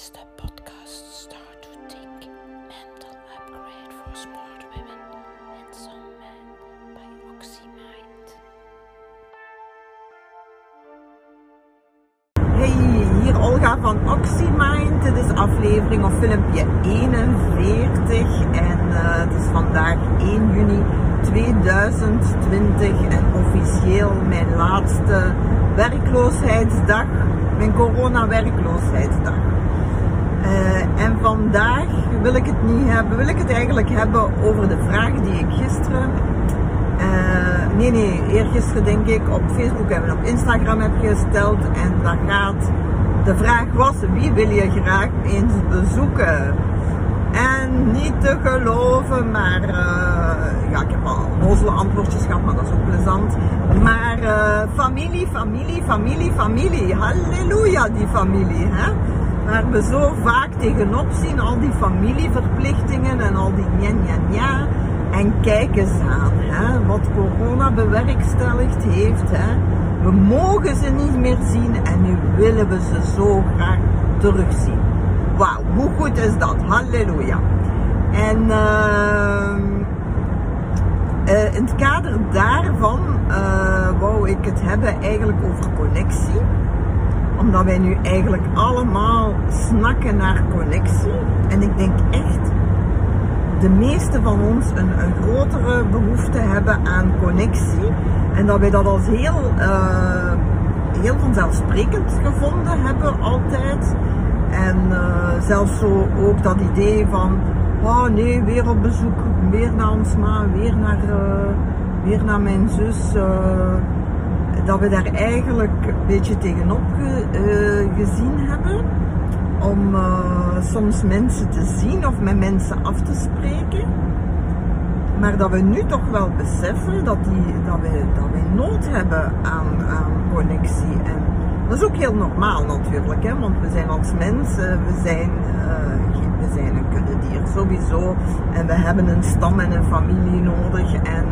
is the podcast Start to Think Mental Upgrade for Smart Women and Some Men by Oxymind. Hey, hier Olga van Oxymind. Dit is aflevering of filmpje 41 en het is vandaag 1 juni 2020 en officieel mijn laatste werkloosheidsdag, mijn corona-werkloosheidsdag. En vandaag wil ik het niet hebben, wil ik het eigenlijk hebben over de vraag die ik gisteren, eergisteren denk ik, op Facebook en op Instagram heb gesteld. En dat gaat, de vraag was: wie wil je graag eens bezoeken? En niet te geloven, maar ja, ik heb al onnozele antwoordjes gehad, maar dat is ook plezant. Maar familie, halleluja die familie, hè? Waar we zo vaak tegenop zien, al die familieverplichtingen en al die nja. En kijk eens aan, hè, wat corona bewerkstelligd heeft, hè. We mogen ze niet meer zien en nu willen we ze zo graag terugzien. Wauw, hoe goed is dat? Halleluja. En in het kader daarvan wou ik het hebben eigenlijk over connectie. Omdat wij nu eigenlijk allemaal snakken naar connectie. En ik denk echt, de meeste van ons een grotere behoefte hebben aan connectie. En dat wij dat als heel vanzelfsprekend gevonden hebben altijd. En zelfs zo ook dat idee van, oh nee, weer op bezoek, weer naar ons ma, weer naar mijn zus. Dat we daar eigenlijk een beetje tegenop gezien hebben. Om soms mensen te zien of met mensen af te spreken. Maar dat we nu toch wel beseffen dat we nood hebben aan connectie. En dat is ook heel normaal natuurlijk, hè? Want we zijn als mensen, we zijn een kuddedier sowieso. En we hebben een stam en een familie nodig. En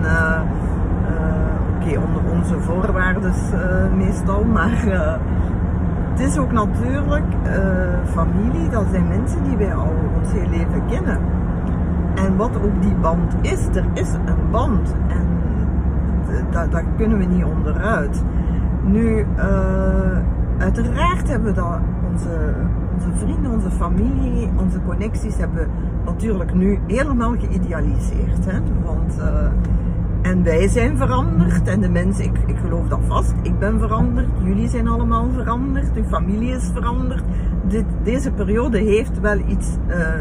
oké, onder onze voorwaarden meestal, maar het is ook natuurlijk familie, dat zijn mensen die wij al ons hele leven kennen. En wat ook die band is, er is een band en daar kunnen we niet onderuit. Nu, uiteraard hebben we dat, onze vrienden, onze familie, onze connecties hebben natuurlijk nu helemaal geïdealiseerd. Hè? Want, en wij zijn veranderd en de mensen, ik geloof dat vast, ik ben veranderd, jullie zijn allemaal veranderd, uw familie is veranderd. Deze periode heeft wel iets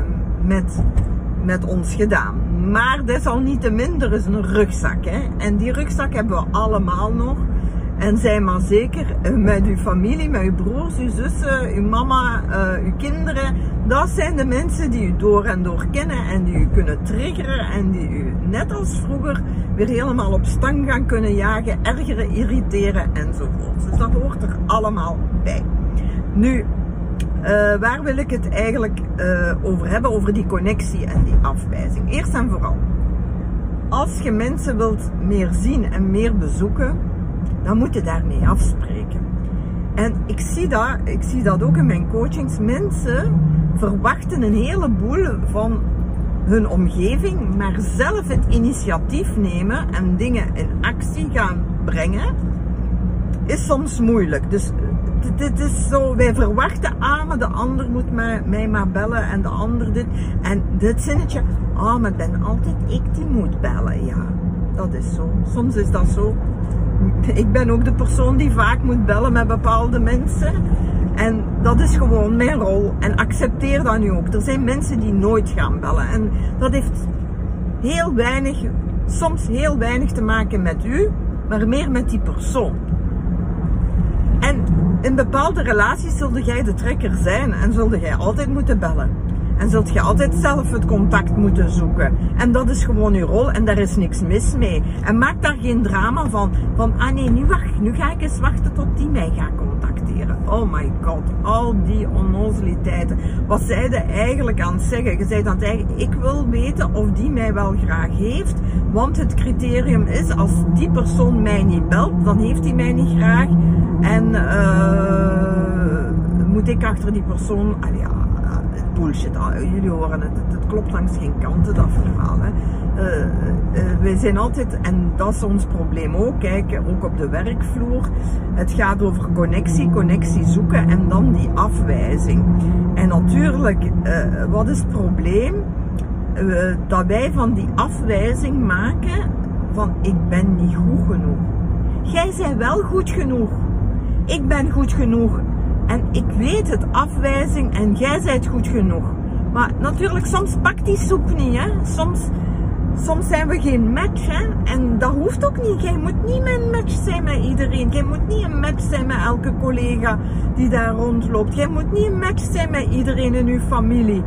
met ons gedaan. Maar desalniettemin, er is een rugzak. Hè? En die rugzak hebben we allemaal nog. En zij maar zeker met uw familie, met uw broers, uw zussen, uw mama, uw kinderen. Dat zijn de mensen die u door en door kennen en die u kunnen triggeren en die u net als vroeger weer helemaal op stang gaan kunnen jagen, ergeren, irriteren enzovoort. Dus dat hoort er allemaal bij. Nu, waar wil ik het eigenlijk over hebben? Over die connectie en die afwijzing. Eerst en vooral, als je mensen wilt meer zien en meer bezoeken, dan moet je daarmee afspreken. En ik zie dat ook in mijn coachings. Mensen verwachten een heleboel van hun omgeving, maar zelf het initiatief nemen en dingen in actie gaan brengen, is soms moeilijk. Dus dit is zo, wij verwachten, maar de ander moet mij maar bellen en de ander dit. En dit zinnetje, maar het ben altijd ik die moet bellen. Ja, dat is zo. Soms is dat zo. Ik ben ook de persoon die vaak moet bellen met bepaalde mensen. En dat is gewoon mijn rol. En accepteer dat nu ook. Er zijn mensen die nooit gaan bellen. En dat heeft soms heel weinig te maken met u, maar meer met die persoon. En in bepaalde relaties zulde jij de trekker zijn en zulde jij altijd moeten bellen. En zult je altijd zelf het contact moeten zoeken. En dat is gewoon je rol en daar is niks mis mee. En maak daar geen drama van nee, nu ga ik eens wachten tot die mij gaat contacteren. Oh my god, al die onnozeliteiten. Wat zij er eigenlijk aan het zeggen? Je zei aan het zeggen, ik wil weten of die mij wel graag heeft. Want het criterium is, als die persoon mij niet belt, dan heeft hij mij niet graag. En moet ik achter die persoon, bullshit. Jullie horen het, het klopt langs geen kanten, dat verhaal. Hè. Wij zijn altijd, en dat is ons probleem ook, kijk, ook op de werkvloer. Het gaat over connectie zoeken en dan die afwijzing. En natuurlijk, wat is het probleem? Dat wij van die afwijzing maken van ik ben niet goed genoeg. Jij bent wel goed genoeg. Ik ben goed genoeg. En ik weet het, afwijzing en jij bent goed genoeg. Maar natuurlijk, soms pakt die soep niet. Hè? Soms zijn we geen match. Hè? En dat hoeft ook niet. Jij moet niet een match zijn met iedereen. Jij moet niet een match zijn met elke collega die daar rondloopt. Jij moet niet een match zijn met iedereen in uw familie.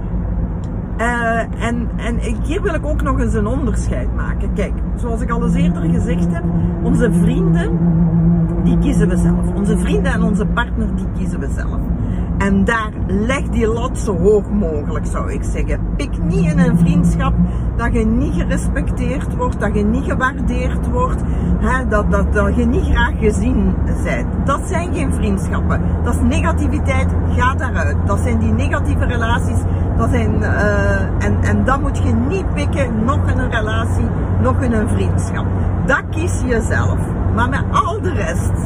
Hier wil ik ook nog eens een onderscheid maken. Kijk, zoals ik al eens eerder gezegd heb, onze vrienden, die kiezen we zelf. Onze vrienden en onze partner, die kiezen we zelf. En daar leg die lat zo hoog mogelijk, zou ik zeggen. Pik niet in een vriendschap dat je niet gerespecteerd wordt, dat je niet gewaardeerd wordt, hè, dat je niet graag gezien bent. Dat zijn geen vriendschappen. Dat is negativiteit, ga daaruit. Dat zijn die negatieve relaties. Dat zijn, en dat moet je niet pikken, nog in een relatie, nog in een vriendschap. Dat kies je zelf. Maar met al de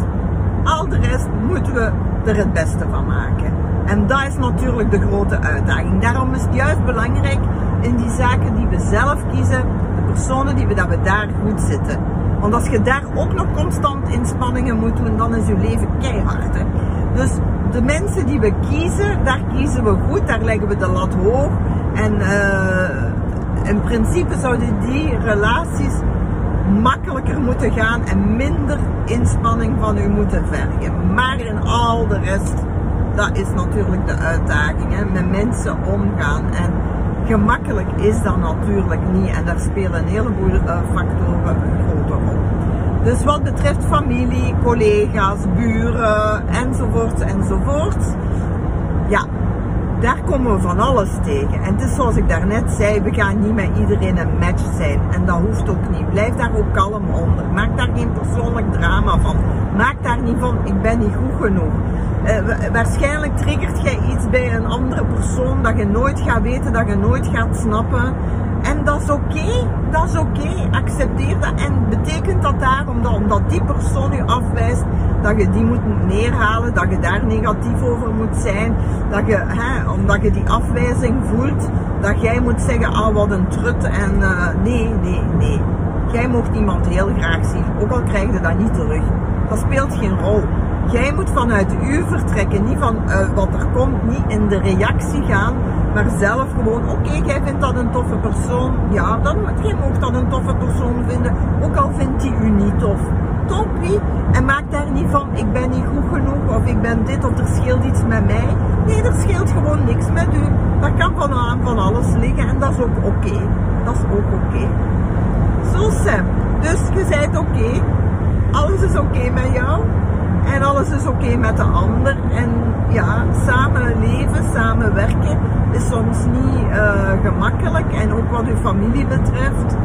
rest moeten we er het beste van maken. En dat is natuurlijk de grote uitdaging. Daarom is het juist belangrijk in die zaken die we zelf kiezen, de personen dat we daar goed zitten. Want als je daar ook nog constant inspanningen moet doen, dan is je leven keihard. Hè? Dus de mensen die we kiezen, daar kiezen we goed, daar leggen we de lat hoog. En in principe zouden die relaties makkelijker moeten gaan en minder inspanning van u moeten vergen. Maar in al de rest, dat is natuurlijk de uitdaging. Hè? Met mensen omgaan. En gemakkelijk is dat natuurlijk niet. En daar spelen een heleboel factoren een grote rol. Dus wat betreft familie, collega's, buren, enzovoort. Ja, daar komen we van alles tegen. En het is zoals ik daarnet zei, we gaan niet met iedereen een match zijn. En dat hoeft ook niet. Blijf daar ook kalm onder. Maak daar geen persoonlijk drama van. Maak daar niet van, ik ben niet goed genoeg. Waarschijnlijk triggert jij iets bij een andere persoon dat je nooit gaat weten, dat je nooit gaat snappen. En dat is oké, dat is oké. Accepteer dat. En betekent dat daarom, omdat die persoon je afwijst, dat je die moet neerhalen, dat je daar negatief over moet zijn, dat je, omdat je die afwijzing voelt, dat jij moet zeggen, ah wat een trut en nee. Jij mocht iemand heel graag zien, ook al krijg je dat niet terug. Dat speelt geen rol. Jij moet vanuit u vertrekken, niet van wat er komt, niet in de reactie gaan, maar zelf gewoon, oké, jij vindt dat een toffe persoon, ja, jij mag dat een toffe persoon vinden, ook al vindt hij u niet tof. Toppie, en maak daar niet van, ik ben niet goed genoeg, of ik ben dit, of er scheelt iets met mij. Nee, er scheelt gewoon niks met u. Dat kan van alles liggen en dat is ook oké. Dat is ook oké. Zo Sam, dus je zei oké, alles is oké met jou. En alles is oké met de ander. En ja, samen leven, samen werken is soms niet gemakkelijk. En ook wat uw familie betreft,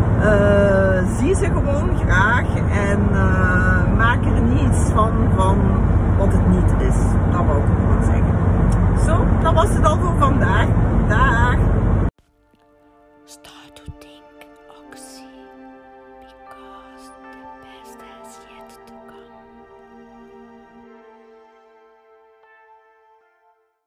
zie ze gewoon graag. En maak er niets van wat het niet is. Dat wou ik nog maar zeggen. Zo, dat was het al voor vandaag. Dag!